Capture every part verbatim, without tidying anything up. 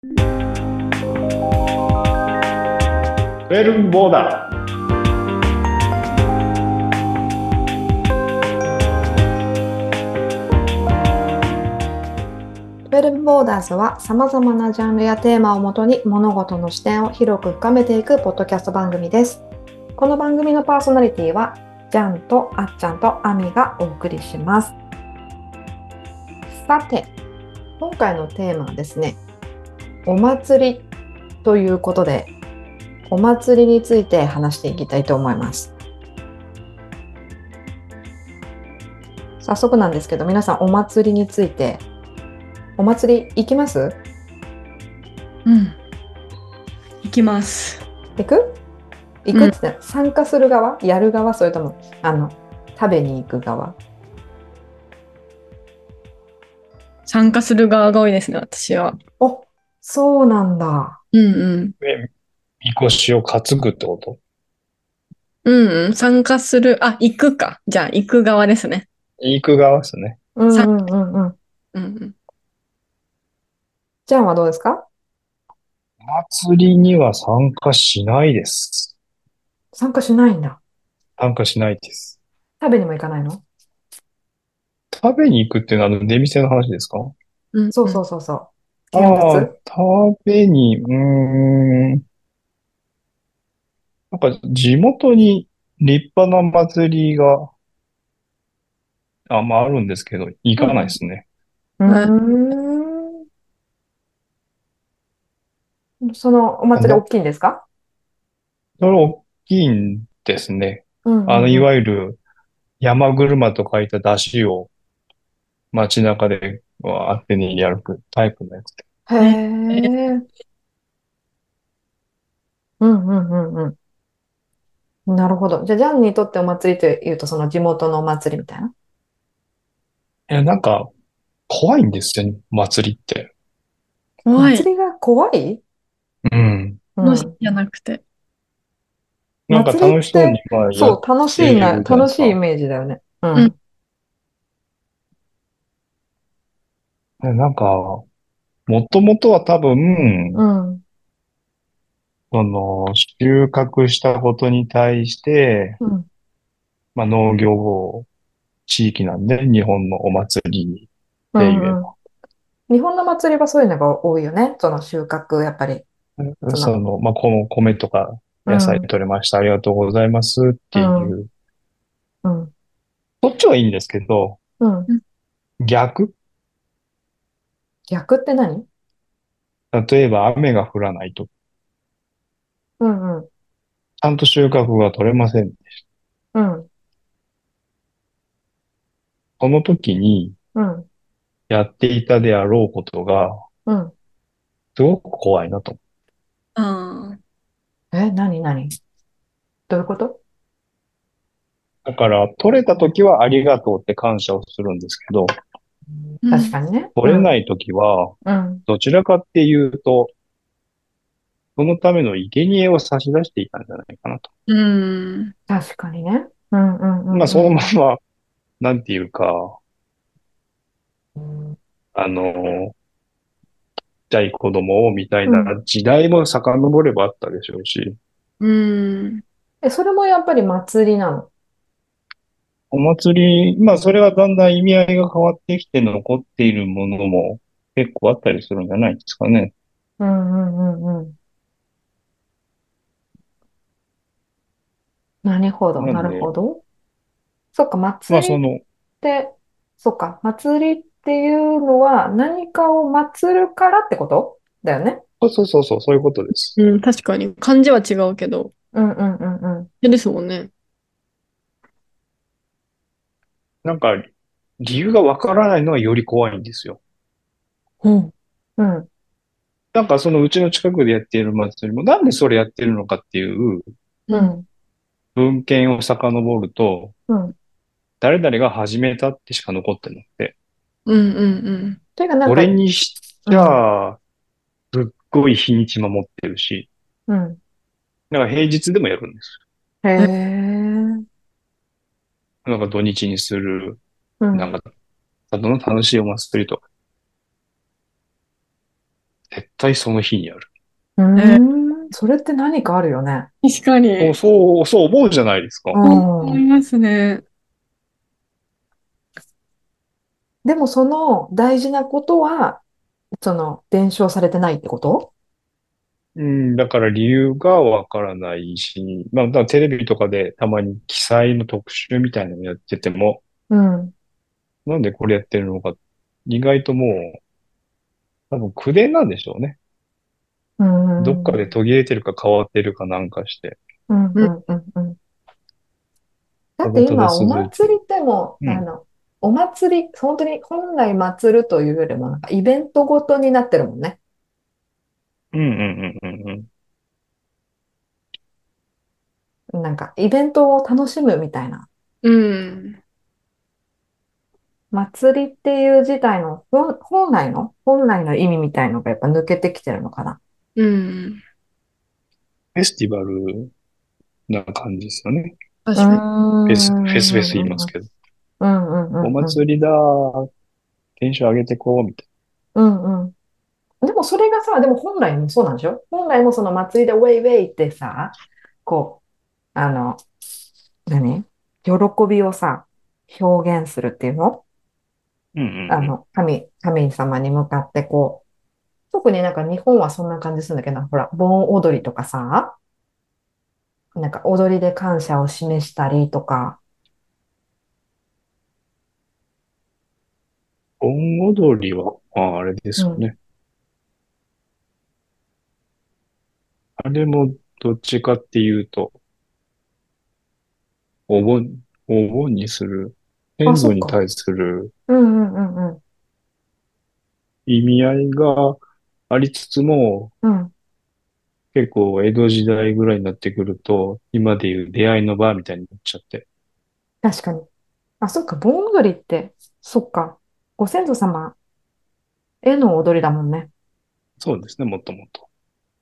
トゥエルブボーダー。 トゥエルブボーダーズは様々なジャンルやテーマをもとに物事の視点を広く深めていくポッドキャスト番組です。この番組のパーソナリティはジャンとあっちゃんとあみがお送りします。さて、今回のテーマはですね、お祭りということで、お祭りについて話していきたいと思います。早速なんですけど、皆さんお祭りについて、お祭り行きます？ うん。行きます。 行く行くって言って、参加する側、やる側、それともあの食べに行く側？ 参加する側が多いですね、私は。 お、そうなんだ。 うんうん。 え、みこしを担ぐってこと？ うんうん。参加する、あ、行くか。じゃあ、行く側ですね。 行く側ですね。 さ、 うんうんうんうん。 うんうん。 ジャンはどうですか？ 祭りには参加しないです。 参加しないんだ。 参加しないです。 食べにも行かないの？ 食べに行くっていうのはあの出店の話ですか？ そうそううんうん。 そうそう。 あ見あ、 物。 食べに、うーん、なんか地元に立派な祭りが、あ、まああるんですけど、行かないでうんすね。 うあ、 ん。うーん。そのお祭り大あの、 きいんですか？ それ大きいんですね。 うんうあの、いんうん。 わゆる山車と書いた出汁を街中でわーって練り歩くタイプのやつで。 へえ、 え。うんうんうんうん。なるほど。じゃあ、ジャンにとってお祭りというと、その地元のお祭りみたいな。 いや、なんか、怖いんですよね、祭りって。 怖い。 祭りが怖い？ うん。 うん。 楽しいじゃなくて。 なんか祭りっ楽しそうにて、 まあやっそう、楽していな、 るじゃないですか。 楽しいイメージだよね。ううん。 ん。 でなんか、もともとは多分、 うん。 その、収穫したことに対して、 うん。 まあ農業地域なんで、日本のお祭りうで言えんうん。日本の祭りはそういうのが多いよね。その収穫、やっぱり。 ば、 その、 その、まあこの米とか野菜うん、 取れました、ありがとうございますっていうん、 う、 うん、 そっちはいいんですけど、 うん。 うん逆、 逆って何？ 例えば雨が降らないと、 うん、うん、 ちゃんと収穫が取れません。 うん、 その時にうん、 やっていたであろうことが、 うん。 すごく怖いなと。 ああ。 え、何、何？どういうこと？ だから、取れた時はありがとうって感謝をするんですけど、 うん。 確かにね。うん、 取れない時は、 うん。 どちらかっていうと、そのための生贄を差し出していたんじゃないかなと。 うん。 確かにね。うん、うん、うん、 まあ、そのうん。 まま、なんていうか、あの、ちっちゃい子供をみたいなうん。 時代も遡ればあったでしょうし、 うん。 え、それもやっぱり祭りなの？ お祭り、まあ、それはだんだん意味合いが変わってきて残っているものも結構あったりするんじゃないですかね。 うん、うん、うん、うん。なるほど、なるなんで、 ほど。そっか、 まあ、 祭りっその、 て、そっか、祭りっていうのは何かを祭るからってことだよね。 そうそうそうそう、そういうことです。 うん。確かに。漢字は違うけど。 うんうんうんうん。 嫌ですもんね。 なんか、理由がわからないのはより怖いんですよ。 うん。 うん。 なんかそのうちの近くでやっている祭りも、なんでそれやってるのかっていううん。 うん。 文献を遡ると、 うん。 誰々が始めたってしか残ってなくて、 うんうんうん。 ていうか、なんそか、 れにしちうん。 ゃ、すっごい日にち守ってるし、 うん。 なんか平日でもやるんです。 へえ、 え。 なんか土日にする、 うん。 なんか、里の楽しいお祭りとか。 絶対その日にある。 うえ、 ーん、それって何かあるよね。 確かそう、 に。 そう、そう思うじゃないですか。 うそう思いん。 ますね。 でもその大事なことは、その伝承されてないってこと？ うん、だから理由がわからないし、まあ、だからテレビとかでたまに記載の特集みたいなのやってても、 うん。 なんでこれやってるのか、意外ともう、多分口伝なんでしょうね。 うん。 どっかでうん。 途切れてるか変わってるかなんかして、 うん。 うん。 うん。うん。だただただって今、お続いてる。 祭りってもう、あうん。 の、お祭り、本当に本来祭るというよりも、なんかイベントごとになってるもんね。 うんうんうんうんうん。 なんかイベントを楽しむみたいな。 うん。 祭りっていう自体の本本来の、本来の意味みたいのがやっぱ抜けてきてるのかな。 うん。 フェスティバルな感じですよね。 うー確かに。 フェス、フェん。 スフェス言いうん。うん。 ますけど。 うん。うおん。うん。 祭りだー、テンション上げてこう、みたいうんうん。でもそれがさ、でも本来もそうなんでしょ？本来もその祭りでウェイウェイってさ、こう、あの、何喜びをさ、表現するっていうの？ な。うんうんあの、神、神様に向かってこう、特になんか日本はそんな感じするんだけど、ほら、盆踊りとかさ、なんか踊りで感謝を示したりとか、 うん。盆踊りは、あ、あれでうん。 すよね。あれもどっちかっていうと、お盆、お盆にする、 あ、 先祖そっか。 に対するうんうんうんうん。 意味合いがありつつも、 うん。 結構江戸時代ぐらいになってくると、今でいう出会いの場みたいになっちゃって。 確かに。あ、そっか。盆踊りって、そっか。ご先祖様への踊りだもんね。 そうですね、もともと。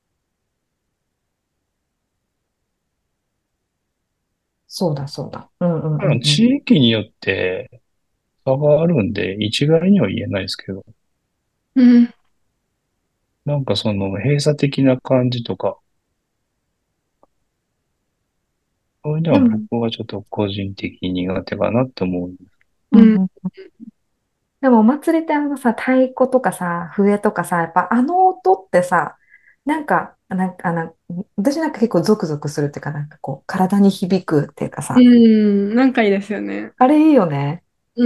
そうだそうだ。うんうんだからうんうん。 地域によって差があるんで、一概には言えないですけど、 うん。 なんかその閉鎖的な感じとか、そういうのはでも、 僕はちょっと個人的に苦手かなって思う。 うん。 うんうん。でもお祭りってあのさ、太鼓とかさ、笛とかさ、やっぱあの音ってさ、なんか、なんか、あの、私なんか結構ゾクゾクするっていうか、なんかこう、体に響くっていうかうさ、 ん。なんかいいですよね。 あれいいよね。 うん。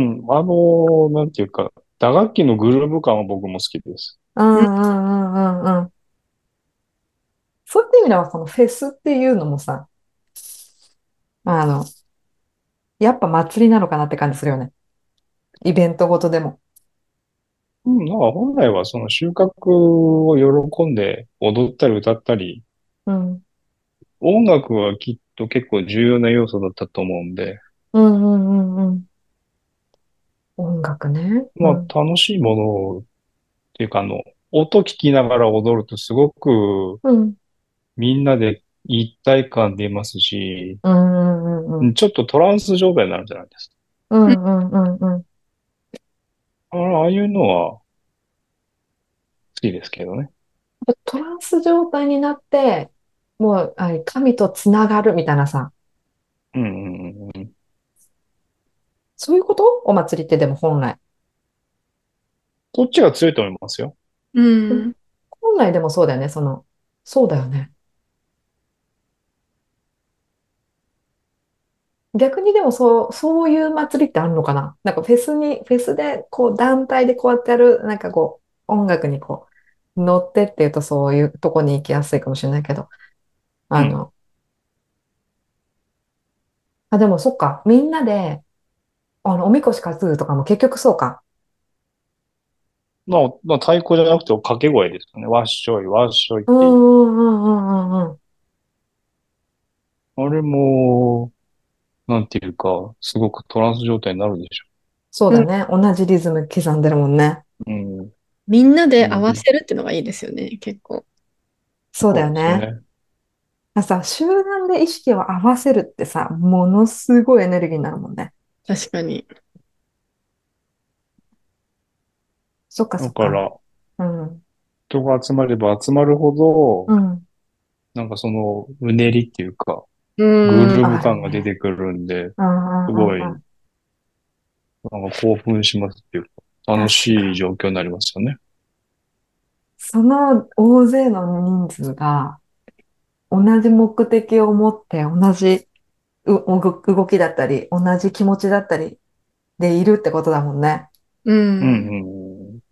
うん、あの、なんていうか、打楽器のグルーヴ感は僕も好きです。 ううん。 んうんうんうんうん。そういった意味では、このフェスっていうのもさ、あの、やっぱ祭りなのかなって感じするよね。イベントごとでも。 うん、なんか本来はその収穫を喜んで踊ったり歌ったり、 うん。 音楽はきっと結構重要な要素だったと思うんで、 うんうんうんうん。音楽ね。うまん。 あ楽しいものっていうかあの、音聞きながら踊るとすごくうん。 みんなで一体感出ますし、 うんうんうんうん。 うんちょっとトランス状態になるじゃないですか。 うんうんうんうん。 あああいうのは好きですけどね。 トランス状態になって、もう、あ神とつながるみたいなさ、 うんうんうんうん。 そういうことお祭りってでも本来。 こっちが強いと思いますよ。 ううん。 ん。 本来でもそうだよね、その、そうだよね。逆にでもそう、そういう祭りってあるのかな？なんかフェスに、フェスでこう団体でこうやってやる、なんかこう、音楽にこう、乗ってっていうとそういうとこに行きやすいかもしれないけど、 うん。 あの、あ、でもそっか、みんなで、あの、おみこし担ぐとかも結局そうか。 まあ、まあ、太鼓じゃなくて掛け声ですよね。わっしょい、わっしょいっうんていう。 うんうんうんうんうん。 あれも、なんていうか、すごくトランス状態になるでしそうだね。同じリズム刻んでるもんね。 ょ。うん。 みんなで合わうん、 せるっていうのがいいですよね、結構。 そうだそうよね。 ですね。 あさ、集団で意識を合わせるってさ、ものすごいエネルギーになるもんね。 確かに。 そっかそっか。 だから、 うん。 人が集まれば集まるほど、 うん。 なんかその、うねりっていうか、 うグーん。 ルーヴ感が出あるね。 てくるんで、 うんうんうんうすごい、 ん。 なんか興奮しますっていうか、楽確かに。 しい状況になりますよね。 その大勢の人数が同じ目的を持って同じう動動きだったり、同じ気持ちだったりでいるってことだもんね。 ううんん。 うんうん。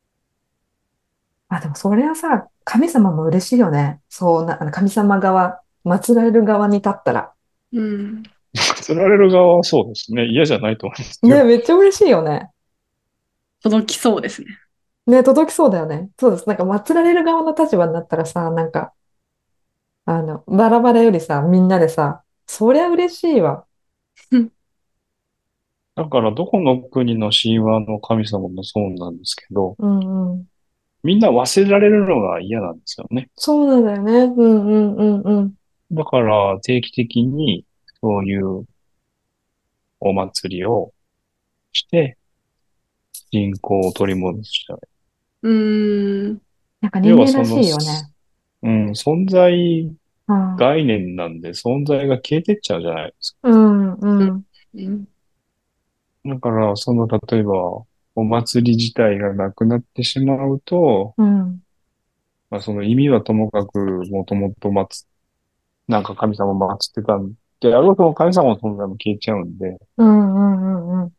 あ、でもそれはさ、神様も嬉しいよね。そうな、あの神様側、祀られる側に立ったら。 うん。 釣られる側はそうですね。嫌じゃないと思いますね、 よ。 めっちゃ嬉しいよね。 届きそうですね。 ね、届きそうだよね。そうです。なんか祀られる側の立場になったらさ、なんか、あの、バラバラよりさ、みんなでさ、そりゃ嬉しいわ。 うん。 だからどこの国の神話の神様もそうなんですけど、 うんうん。 みんな忘れられるのが嫌なんですよね。 そうなんだよね。うんうんうんうん。 だから定期的にそういうお祭りをして人口を取り戻したい。 うーん。 なんか人間ら要はその、 しいよね。 うん、存在うん。 概念なんで存在が消えてっちゃうじゃないですか。 うんうん。 うん。 だから、その、例えば、お祭り自体がなくなってしまうと、 うん。 まあ、その意味はともかく、もともと祀なんか神様を祀ってたんで、あろうとも神様の存在も消えちゃうんで、 うんうんうんうん。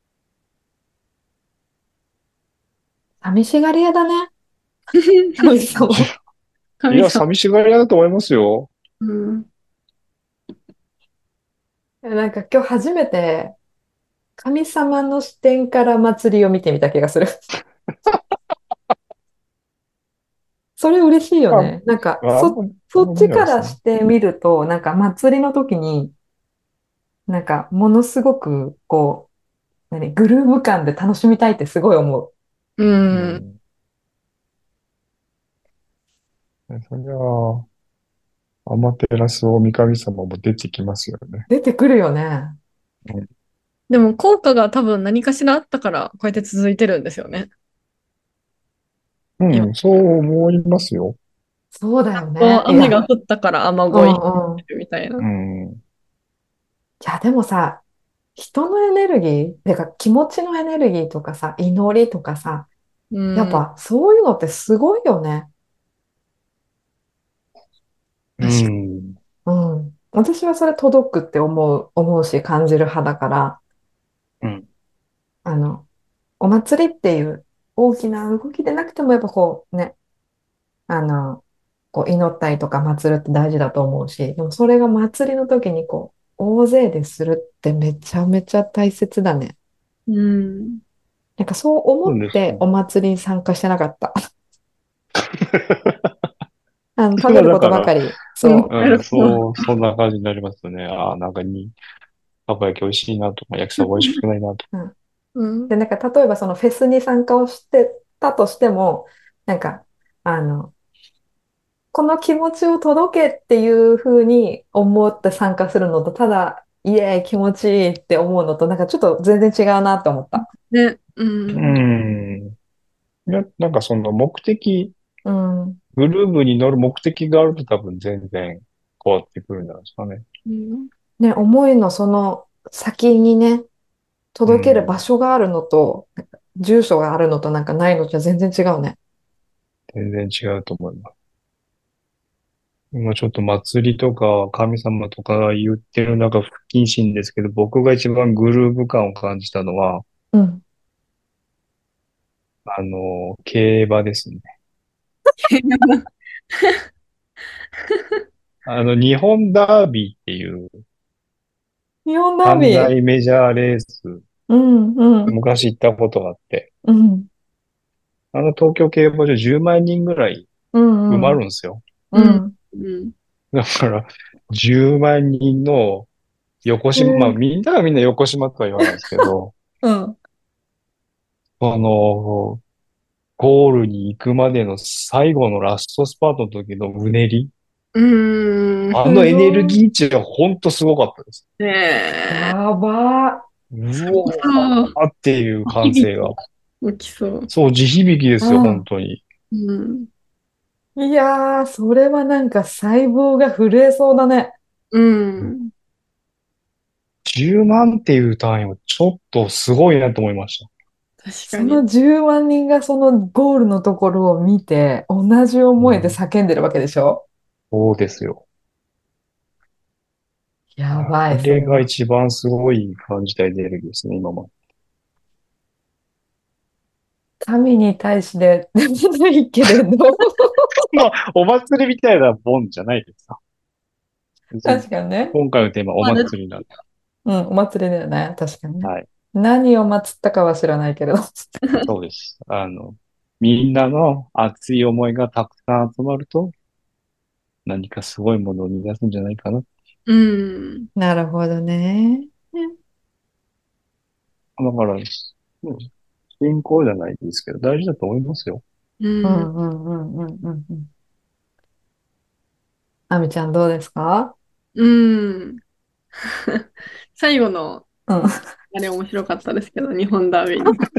寂しがり屋だね。神様。 いや、 神様。 寂しがり屋だと思いますよ。 うん。 なんか今日初めて神様の視点から祭りを見てみた気がする。それ嬉しいよあ、 ね。なんか、そ、 ああんまり、あんまそっちから見ないですね。 してみると、なんか祭りの時に、なんかものすごく、こう、何、グルーヴ感で楽しみたいってすごい思う。 うん。 うん。そりゃあ、アマテラス大神様も出てきますよね。 出てくるよね。 うん、 でも効果が多分何かしらあったから、こうやって続いてるんですよね。今、 うん、そう思いますよ。 そうだよね。 こういや、 雨が降ったから雨う乞いしんうん。 てるみたいな。 うん。 いや、でもさ、人のエネルギー、てか気持ちのエネルギーとかさ、祈りとかさ、 うん。 やっぱそういうのってすごいよね。 う確かん。 うん。私はそれ届くって思う、思うし感じる派だから、 うん。 あの、お祭りっていう大きな動きでなくてもやっぱこうね、あの、こう祈ったりとか祭るって大事だと思うし、でもそれが祭りの時にこう、大勢でするってめちゃめちゃ大切だね。 に。うん。 なんかそう思そうですね。 ってお祭りに参加してなかった。あの、食べるこまあだから、 とばかり。 うん。 そなるうん、 ほど。 そう、そんな感じになりますよね。ああ、なんかに、たこ焼き美味しいなとか、焼きそば美味しくないなとか。 う。うん。 うん。 で、なんか例えばそのフェスに参加をしてたとしても、なんか、あの、この気持ちを届けっていうふうに思って参加するのと、ただ、イエーイ気持ちいいって思うのと、なんかちょっと全然違うなって思った。 ね。ううん。 ん。いや、なんかその目的、 うん。 グルーブに乗る目的があると多分全然変わってくるんじゃないですかね。 うん。 ね、思いのその先にね、 う届ける場ん。 所があるのと、なんか住所があるのとなんかないのじゃ全然違うね。 全然違うと思います。今ちょっと祭りとか神様とか言ってる中不謹慎ですけど、僕が一番グルーヴ感を感じたのは、 うん。 あの、競馬ですね。あの、日本ダービーっていう日本ダー三ビー。 大メジャーレース、 うんうん。 昔行ったことがあって、 うん。 あの東京競馬場じゅうまん人ぐらい埋うんうん。 まるんですよ。 うん。 うん。 だから、じゅうまん人の横島、まあうん。 みんながみんな横島とは言わないですけど、 うん。 あの、ゴールに行くまでの最後のラストスパートの時のうねり、 うん。 あのすエネルごい。 ギー値は本当すごかったです。 ねえ。 やばうおそう。 ーっていう響き歓声が。 起きそう。 そう、地響きですよ、 ー。うん。 本当に。 うん。 いやー、それはなんか細胞が震えそうだね。 うん。 じゅうまんっていう単位はちょっとすごいなと思いました。 確かに。 そのじゅうまん人がそのゴールのところを見て、同じ思いでうん、 叫んでるわけでしょ？ そうですよ。あやばい、それがれは。 一番すごい感じたエネルギーですね、今も。 神に対してでもないけれど。 まあ、お祭りみたいなもんじゃないですか。別に確かにね。 今回のテーマはおまあ、だ祭りなんで。 うん、お祭りだよね。確かにね。 はい。 何を祀ったかは知らないけれど。 そうです。あの、みんなの熱い思いがたくさん集まると、何かすごいものを生み出すんじゃないかな。 うん。 なるほどね。 だから、うん信仰じゃないですけど、大事だと思いますよ。 うん。 うんうんうんうんうんうん。あみちゃんどうですか？ うん。最後の、 うん。 あれ面白かったですけど、日本ダービーに。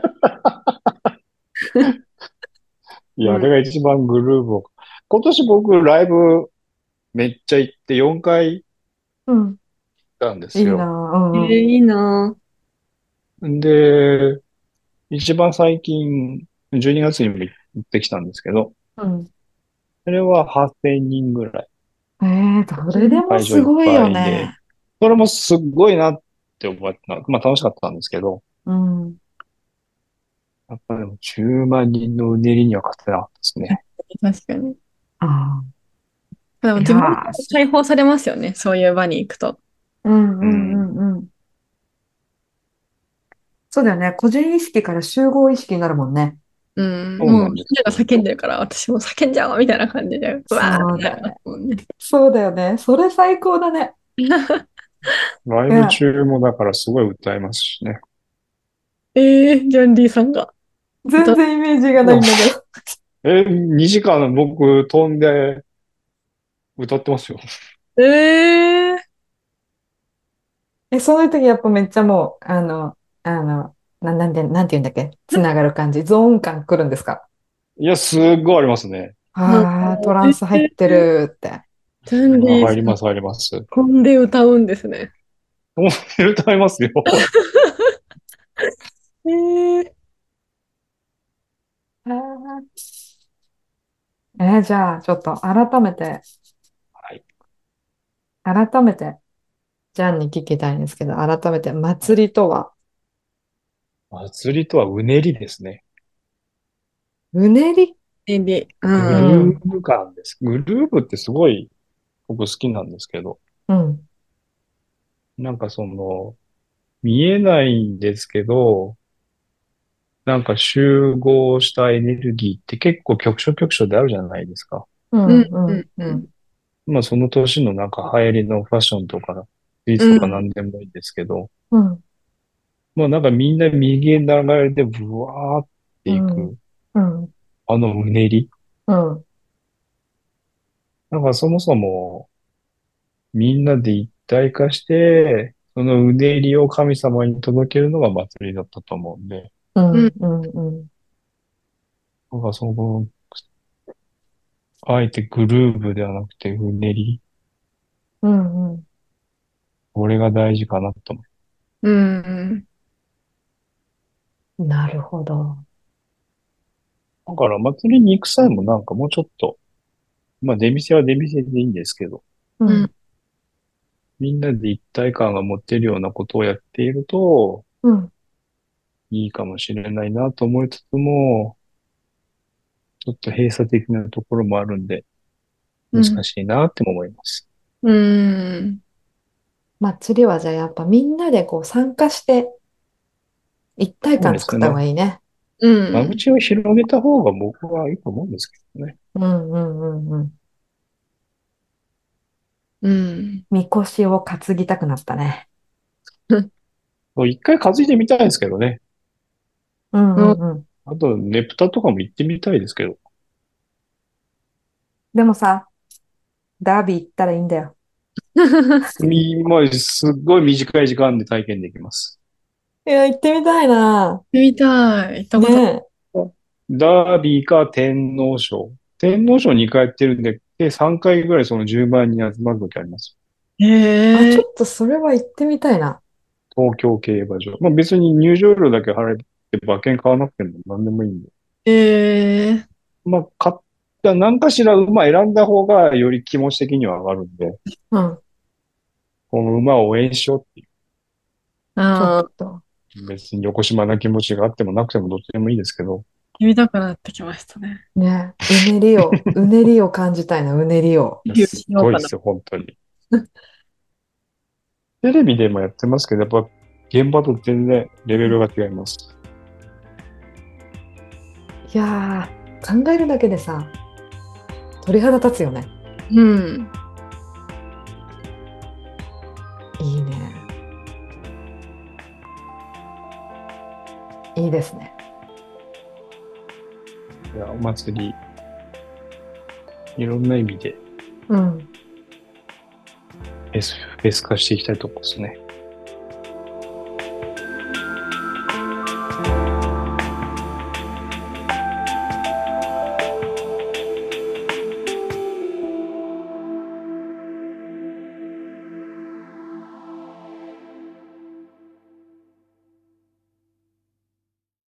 いや、あうん。 れが一番グルーヴを。今年僕ライブめっちゃ行ってよんかい行っうん。 たんでいいな。 すよ。 うんうん。 えー、いいなで、一番最近、じゅうにがつにも行ってきたんですけど、 うん。 それははっせんにんぐらい。 えー、どれでも会場いっすごいぱいで、 よね。 それもすっごいなって思った。まあ楽しかったんですけど、 うん。 やっぱでもじゅうまん人のうねりには勝てなかったですね。 確かに。 ああ。いでも自分もやー、す解放されますよね。そういう場に行くと。 うんううん。 んうんうん。そうだよね。個人意識から集合意識になるもんね。 うん。 そうもうなんですよ。 みんなが叫んでるから、私も叫んじゃおうみたいな感じで、うわーってなりまそうだよね。 すもんね。 そうだよね。それ最高だね。 ライブいや、 中もだからすごい歌えますしね。 えー、ジャンディさんが歌っ全然イメージがないんだけど。 え、にじかん僕飛んで歌ってますよ。 えー、 え、そういう時やっぱめっちゃもう、あの、あの、な、なんで、なんて言うんだっけ、つながる感じ、ゾーン感来るんですか？ いや、すっごいありますね。 あああー、トラー、 ンス入ってえー、 るって。 ジャンディさん、 あ入ります、入ります。 飛んで歌うんですね。 飛んで歌いますよ。 えー、 あーえーじゃあ、ちょっと改めて、 はい。 改めて、ジャンに聞きたいんですけど、改めて、 はい。 祭りとは、 祭りとはうねりですね。 うねり？ エビ、うグうん。 ん、 ルーヴ感です。グルーヴってすごい僕好きなんですけど、 うん、 なんかその、見えないんですけど、なんか集合したエネルギーって結構局所局所であるじゃないですか。 ううん、 ん、ううん、 ん、ううん。 ん、 まあその年のなんか流行りのファッションとか、スイーうツとかん、 何でもいいんですけど、 うん、 もうなんかみんな右へ流れでブワーってうん、 いく、 うん、 あのうねり。 うん、 なんかそもそもみんなで一体化して、そのうねりを神様に届けるのが祭りだったと思うんで、 うん、 うん、 うん、うん、 なんかその、あえてグルーブではなくてうねり、 うん、うん。 これが大事かなと思う。 うん、 なるほど。 だから祭りに行く際もなんかもうちょっと、まあ出店は出店でいいんですけど、 うん、 うん、 みんなで一体感が持てるようなことをやっているとうん。 いいかもしれないなと思いつつも、ちょっと閉鎖的なところもあるんで、難うん、 しいなっても思います。 うん、 祭りはじゃあやっぱみんなでこう参加して一体そう感作った方ですね。 がいいね。 うん、 間口を広げた方が僕はいいと思うんですけどね。 うんうんうんうん。 うん。 みこしを担ぎたくなったね。 一回担いでみたいですけどね。 うんうん。 うんうん。 あと、ネプタとかも行ってみたいですけど。 でもさ、ダービー行ったらいいんだよ。 み、まあ、すっごい短い時間で体験できます。 いや、行ってみたいな。 見たい。行ったねことえ。 ダービーか天皇賞。天皇賞にかいやってるんで、で、さんかいぐらいそのじゅうまん人集まる時あります。 あ、 へえ。 ちょっとそれは行ってみたいな。 東京競馬場。まあ別に入場料だけ払って馬券買わなくても何でもいいんで。 へえ。 まあ、買った、何かしら馬選んだ方がより気持ち的には上がるんで、 うん。 この馬を応援しようっていちょっああ、 と。 う、別に横島な気持ちがあってもなくてもどっちでもいいですけど、 読みたくなってきましたね。 ね。うねりを、うねりを感じたいな、うねりを。 レビューすっしようかな。 ごいですよ、本当に。テレビでもやってますけど、やっぱ現場と全然レベルが違います。 いやー、考えるだけでさ、鳥肌立つよね。 うん。 いいね。いいですね。 いや、お祭り、いろんな意味でうん。 フェス、フェス化していきたいところですね。